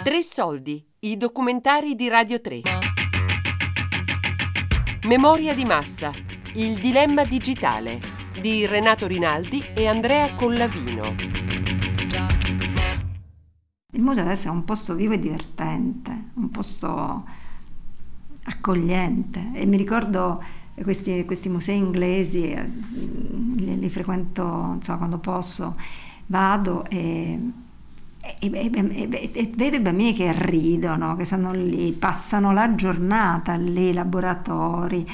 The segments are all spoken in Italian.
Tre soldi, i documentari di Radio 3. Memoria di massa, il dilemma digitale di Renato Rinaldi e Andrea Collavino. Il museo deve essere un posto vivo e divertente, un posto accogliente. E mi ricordo questi musei inglesi, li frequento, insomma, quando posso, vado e vedo i bambini che ridono, che stanno lì, passano la giornata lì, laboratori,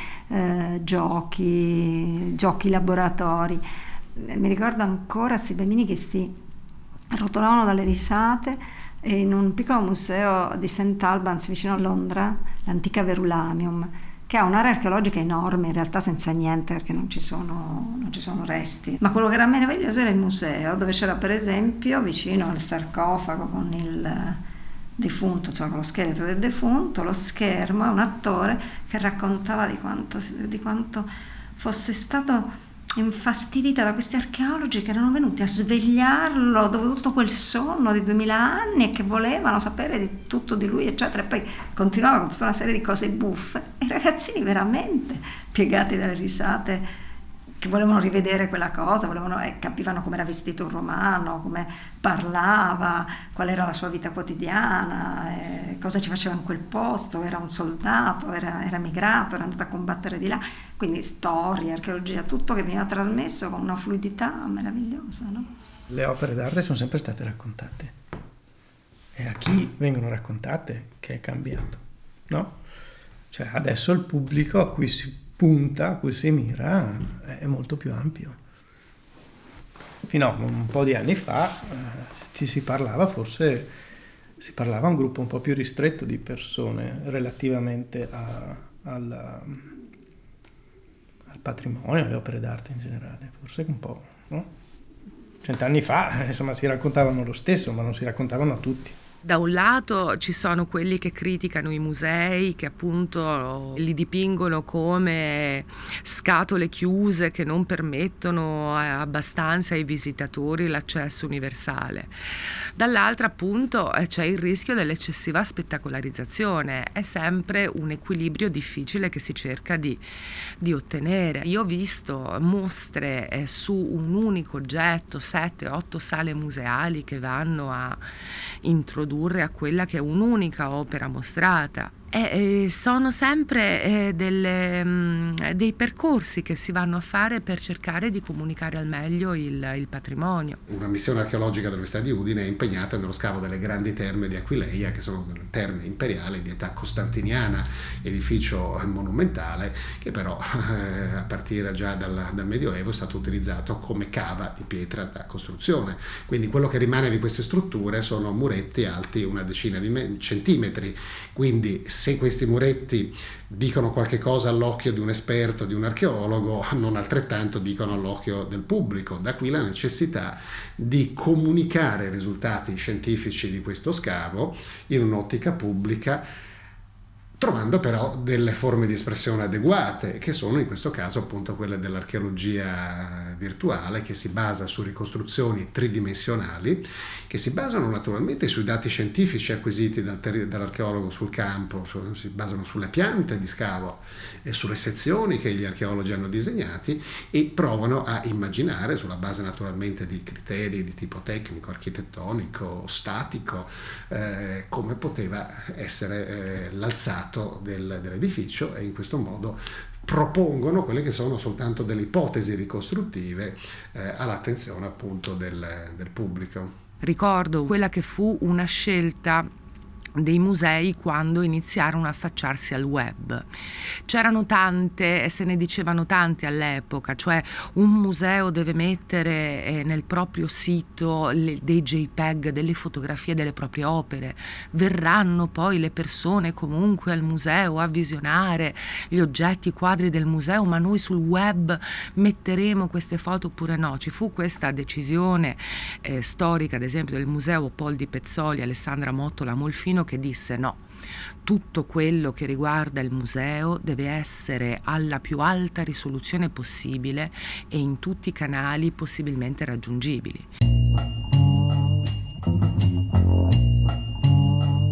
giochi laboratori. Mi ricordo ancora questi bambini che si rotolavano dalle risate in un piccolo museo di St. Albans vicino a Londra, l'antica Verulamium, che ha un'area archeologica enorme, in realtà senza niente perché non ci sono resti. Ma quello che era meraviglioso era il museo, dove c'era per esempio vicino al sarcofago con il defunto, cioè con lo scheletro del defunto, lo schermo e un attore che raccontava di quanto fosse stato infastidita da questi archeologi che erano venuti a svegliarlo dopo tutto quel sonno di 2000 anni e che volevano sapere di tutto di lui, eccetera, e poi continuava con tutta una serie di cose buffe e i ragazzini veramente piegati dalle risate che volevano rivedere quella cosa, capivano come era vestito un romano, come parlava, qual era la sua vita quotidiana, cosa ci faceva in quel posto, era un soldato, era migrato, era andato a combattere di là, quindi storia, archeologia, tutto che veniva trasmesso con una fluidità meravigliosa, no? Le opere d'arte sono sempre state raccontate e a chi vengono raccontate che è cambiato, no? Cioè adesso il pubblico a cui si punta, a cui si mira è molto più ampio. Fino a un po' di anni fa si parlava a un gruppo un po' più ristretto di persone relativamente al patrimonio, alle opere d'arte in generale, forse un po', no? 100 anni fa, insomma, si raccontavano lo stesso, ma non si raccontavano a tutti. Da un lato ci sono quelli che criticano i musei, che appunto li dipingono come scatole chiuse che non permettono abbastanza ai visitatori l'accesso universale. Dall'altra appunto c'è il rischio dell'eccessiva spettacolarizzazione, è sempre un equilibrio difficile che si cerca di ottenere. Io ho visto mostre su un unico oggetto, 7-8 sale museali che vanno a introdurre a quella che è un'unica opera mostrata. Sono sempre dei percorsi che si vanno a fare per cercare di comunicare al meglio il patrimonio. Una missione archeologica dell'Università di Udine è impegnata nello scavo delle grandi terme di Aquileia, che sono terme imperiali di età costantiniana, edificio monumentale che però a partire già dal Medioevo è stato utilizzato come cava di pietra da costruzione. Quindi quello che rimane di queste strutture sono muretti alti una decina di centimetri, quindi se questi muretti dicono qualche cosa all'occhio di un esperto, di un archeologo, non altrettanto dicono all'occhio del pubblico. Da qui la necessità di comunicare i risultati scientifici di questo scavo in un'ottica pubblica, trovando però delle forme di espressione adeguate, che sono in questo caso appunto quelle dell'archeologia virtuale, che si basa su ricostruzioni tridimensionali, che si basano naturalmente sui dati scientifici acquisiti dall'archeologo sul campo, si basano sulle piante di scavo e sulle sezioni che gli archeologi hanno disegnati e provano a immaginare, sulla base naturalmente di criteri di tipo tecnico, architettonico, statico, come poteva essere l'alzata dell'edificio, e in questo modo propongono quelle che sono soltanto delle ipotesi ricostruttive all'attenzione appunto del pubblico. Ricordo quella che fu una scelta dei musei quando iniziarono a affacciarsi al web. C'erano tante, e se ne dicevano tante all'epoca, cioè un museo deve mettere nel proprio sito dei JPEG, delle fotografie delle proprie opere, verranno poi le persone comunque al museo a visionare gli oggetti, i quadri del museo, ma noi sul web metteremo queste foto oppure no. Ci fu questa decisione storica, ad esempio del museo Pol di Pezzoli, Alessandra Mottola Molfino, che disse no, tutto quello che riguarda il museo deve essere alla più alta risoluzione possibile e in tutti i canali possibilmente raggiungibili.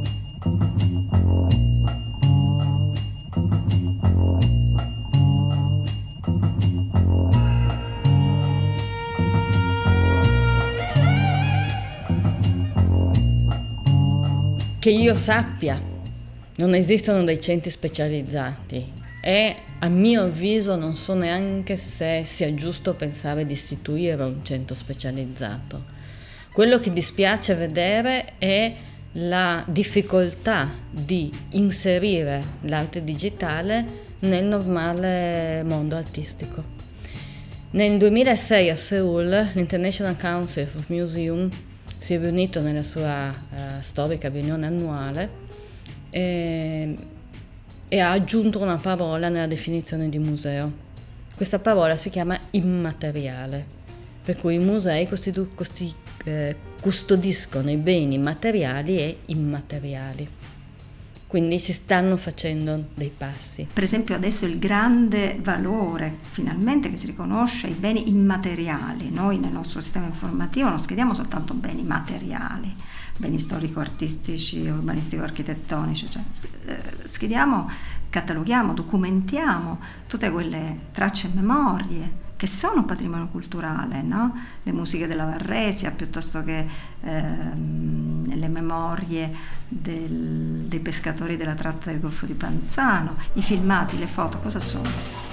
Che io sappia, non esistono dei centri specializzati e a mio avviso non so neanche se sia giusto pensare di istituire un centro specializzato. Quello che dispiace vedere è la difficoltà di inserire l'arte digitale nel normale mondo artistico. Nel 2006 a Seoul l'International Council of Museum si è riunito nella sua storica riunione annuale e ha aggiunto una parola nella definizione di museo. Questa parola si chiama immateriale, per cui i musei custodiscono i beni materiali e immateriali. Quindi si stanno facendo dei passi. Per esempio adesso il grande valore finalmente che si riconosce ai beni immateriali. Noi nel nostro sistema informativo non schediamo soltanto beni materiali, beni storico-artistici, urbanistico-architettonici, cioè schediamo, cataloghiamo, documentiamo tutte quelle tracce e memorie che sono patrimonio culturale, no? Le musiche della Varresia piuttosto che le memorie dei pescatori della tratta del Golfo di Panzano, i filmati, le foto, cosa sono?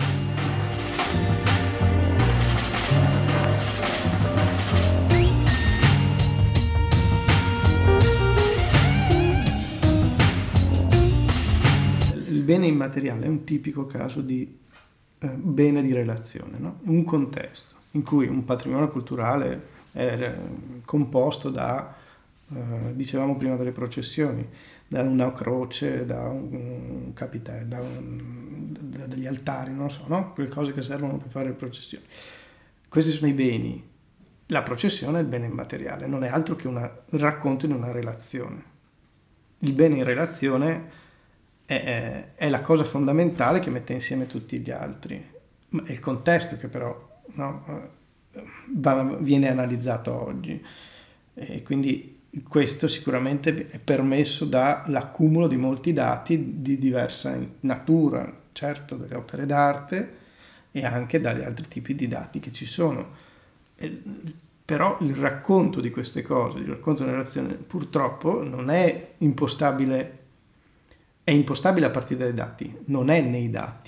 Il bene immateriale è un tipico caso di bene di relazione, no? Un contesto in cui un patrimonio culturale è composto da, dicevamo prima delle processioni, da una croce, da un capitello, da degli altari, non so, no? Quelle cose che servono per fare le processioni. Questi sono i beni. La processione è il bene immateriale, non è altro che un racconto di una relazione. Il bene in relazione è la cosa fondamentale che mette insieme tutti gli altri. È il contesto che però, no, viene analizzato oggi, e quindi questo sicuramente è permesso dall'accumulo di molti dati di diversa natura, certo delle opere d'arte e anche dagli altri tipi di dati che ci sono. Però il racconto di queste cose, il racconto della relazione, purtroppo non è impostabile. È impostabile a partire dai dati, non è nei dati.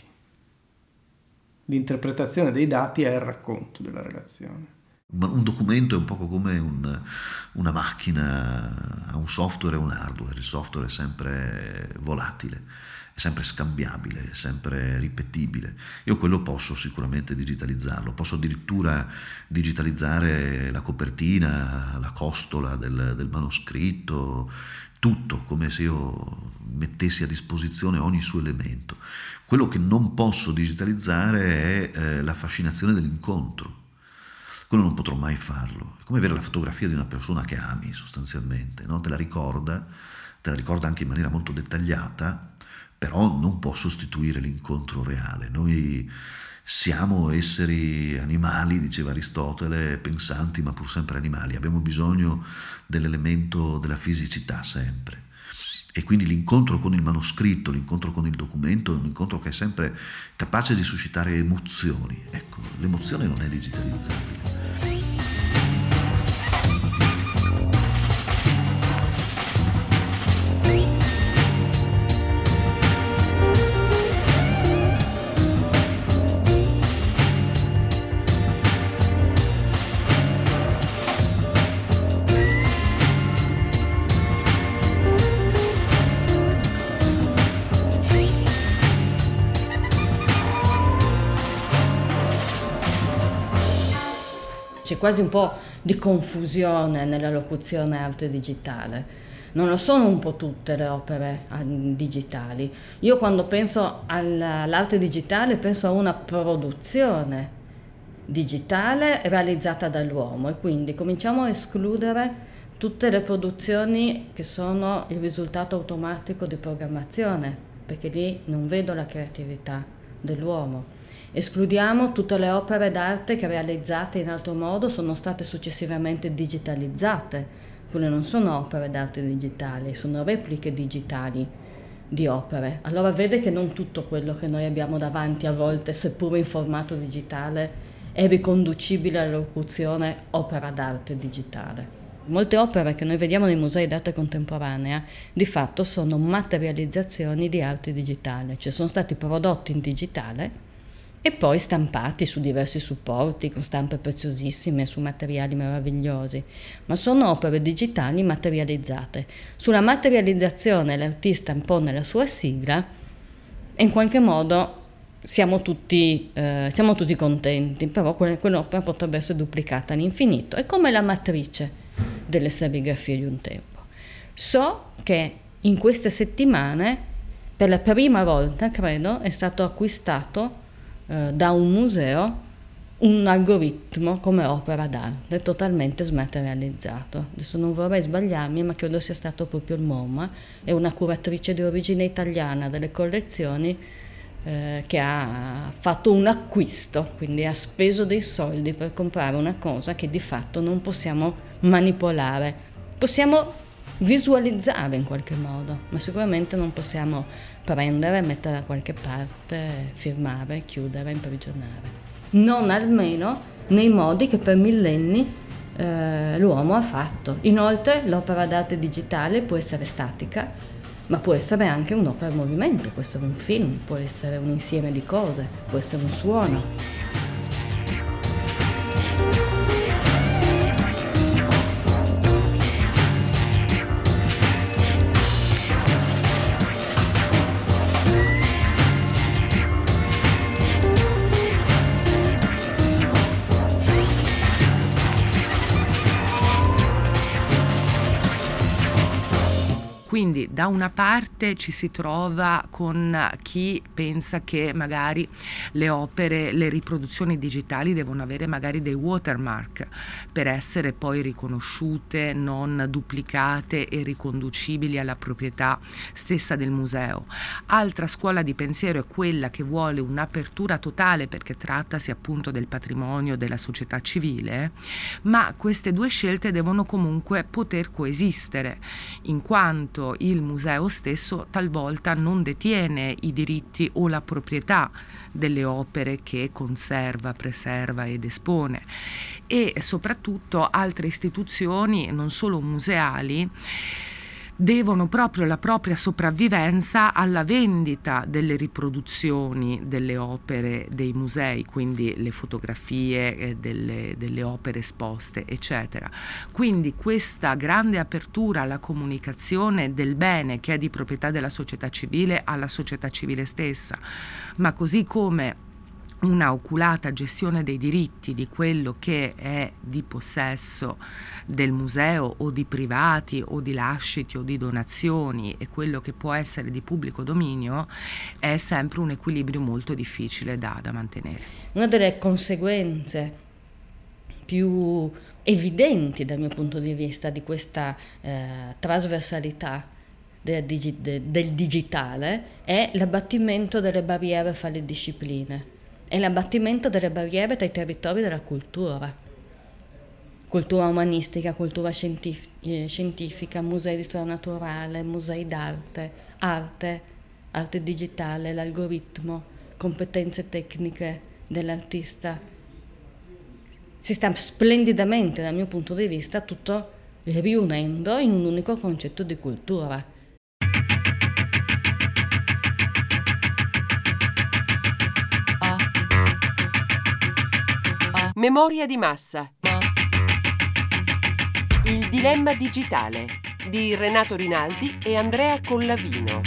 L'interpretazione dei dati è il racconto della relazione. Un documento è un poco come una macchina, ha un software e un hardware. Il software è sempre volatile, è sempre scambiabile, è sempre ripetibile. Io quello posso sicuramente digitalizzarlo, posso addirittura digitalizzare la copertina, la costola del manoscritto, tutto, come se io mettessi a disposizione ogni suo elemento. Quello che non posso digitalizzare è la fascinazione dell'incontro. Quello non potrò mai farlo. È come avere la fotografia di una persona che ami sostanzialmente, no? Te la ricorda anche in maniera molto dettagliata, però non può sostituire l'incontro reale. Noi siamo esseri animali, diceva Aristotele, pensanti ma pur sempre animali, abbiamo bisogno dell'elemento della fisicità sempre. E quindi l'incontro con il manoscritto, l'incontro con il documento è un incontro che è sempre capace di suscitare emozioni. Ecco, l'emozione non è digitalizzabile. C'è quasi un po' di confusione nella locuzione arte digitale. Non lo sono un po' tutte le opere digitali. Io quando penso all'arte digitale penso a una produzione digitale realizzata dall'uomo e quindi cominciamo a escludere tutte le produzioni che sono il risultato automatico di programmazione, perché lì non vedo la creatività dell'uomo. Escludiamo tutte le opere d'arte che realizzate in altro modo sono state successivamente digitalizzate. Quelle non sono opere d'arte digitali, sono repliche digitali di opere. Allora vede che non tutto quello che noi abbiamo davanti a volte, seppur in formato digitale, è riconducibile alla locuzione opera d'arte digitale. Molte opere che noi vediamo nei musei d'arte contemporanea di fatto sono materializzazioni di arte digitale, cioè sono stati prodotti in digitale e poi stampati su diversi supporti con stampe preziosissime, su materiali meravigliosi, ma sono opere digitali materializzate. Sulla materializzazione l'artista impone la sua sigla e in qualche modo siamo tutti contenti, però quell'opera potrebbe essere duplicata all'infinito. È come la matrice delle serigrafie di un tempo. So che in queste settimane, per la prima volta, credo, è stato acquistato da un museo un algoritmo come opera d'arte totalmente smaterializzato. Adesso non vorrei sbagliarmi, ma credo sia stato proprio il MoMA, è una curatrice di origine italiana delle collezioni che ha fatto un acquisto, quindi ha speso dei soldi per comprare una cosa che di fatto non possiamo manipolare, possiamo visualizzare in qualche modo, ma sicuramente non possiamo prendere, mettere da qualche parte, firmare, chiudere, imprigionare. Non almeno nei modi che per millenni l'uomo ha fatto. Inoltre l'opera d'arte digitale può essere statica, ma può essere anche un'opera in movimento, può essere un film, può essere un insieme di cose, può essere un suono. Quindi da una parte ci si trova con chi pensa che magari le opere, le riproduzioni digitali devono avere magari dei watermark per essere poi riconosciute, non duplicate e riconducibili alla proprietà stessa del museo. Altra scuola di pensiero è quella che vuole un'apertura totale perché trattasi appunto del patrimonio della società civile, ma queste due scelte devono comunque poter coesistere, in quanto il museo stesso talvolta non detiene i diritti o la proprietà delle opere che conserva, preserva ed espone, e soprattutto altre istituzioni, non solo museali, devono proprio la propria sopravvivenza alla vendita delle riproduzioni delle opere dei musei, quindi le fotografie delle opere esposte, eccetera. Quindi questa grande apertura alla comunicazione del bene che è di proprietà della società civile alla società civile stessa, ma così come una oculata gestione dei diritti di quello che è di possesso del museo o di privati o di lasciti o di donazioni e quello che può essere di pubblico dominio, è sempre un equilibrio molto difficile da mantenere. Una delle conseguenze più evidenti dal mio punto di vista di questa trasversalità del digitale è l'abbattimento delle barriere fra le discipline. È l'abbattimento delle barriere tra i territori della cultura umanistica, cultura scientifica, musei di storia naturale, musei d'arte, arte digitale, l'algoritmo, competenze tecniche dell'artista. Si sta splendidamente, dal mio punto di vista, tutto riunendo in un unico concetto di cultura. Memoria di massa. Il dilemma digitale di Renato Rinaldi e Andrea Collavino.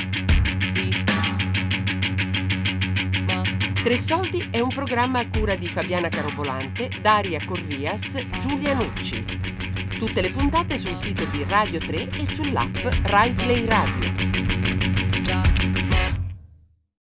Tre Soldi è un programma a cura di Fabiana Carobolante, Daria Corrias, Giulia Nucci. Tutte le puntate sul sito di Radio 3 e sull'app Rai Play Radio.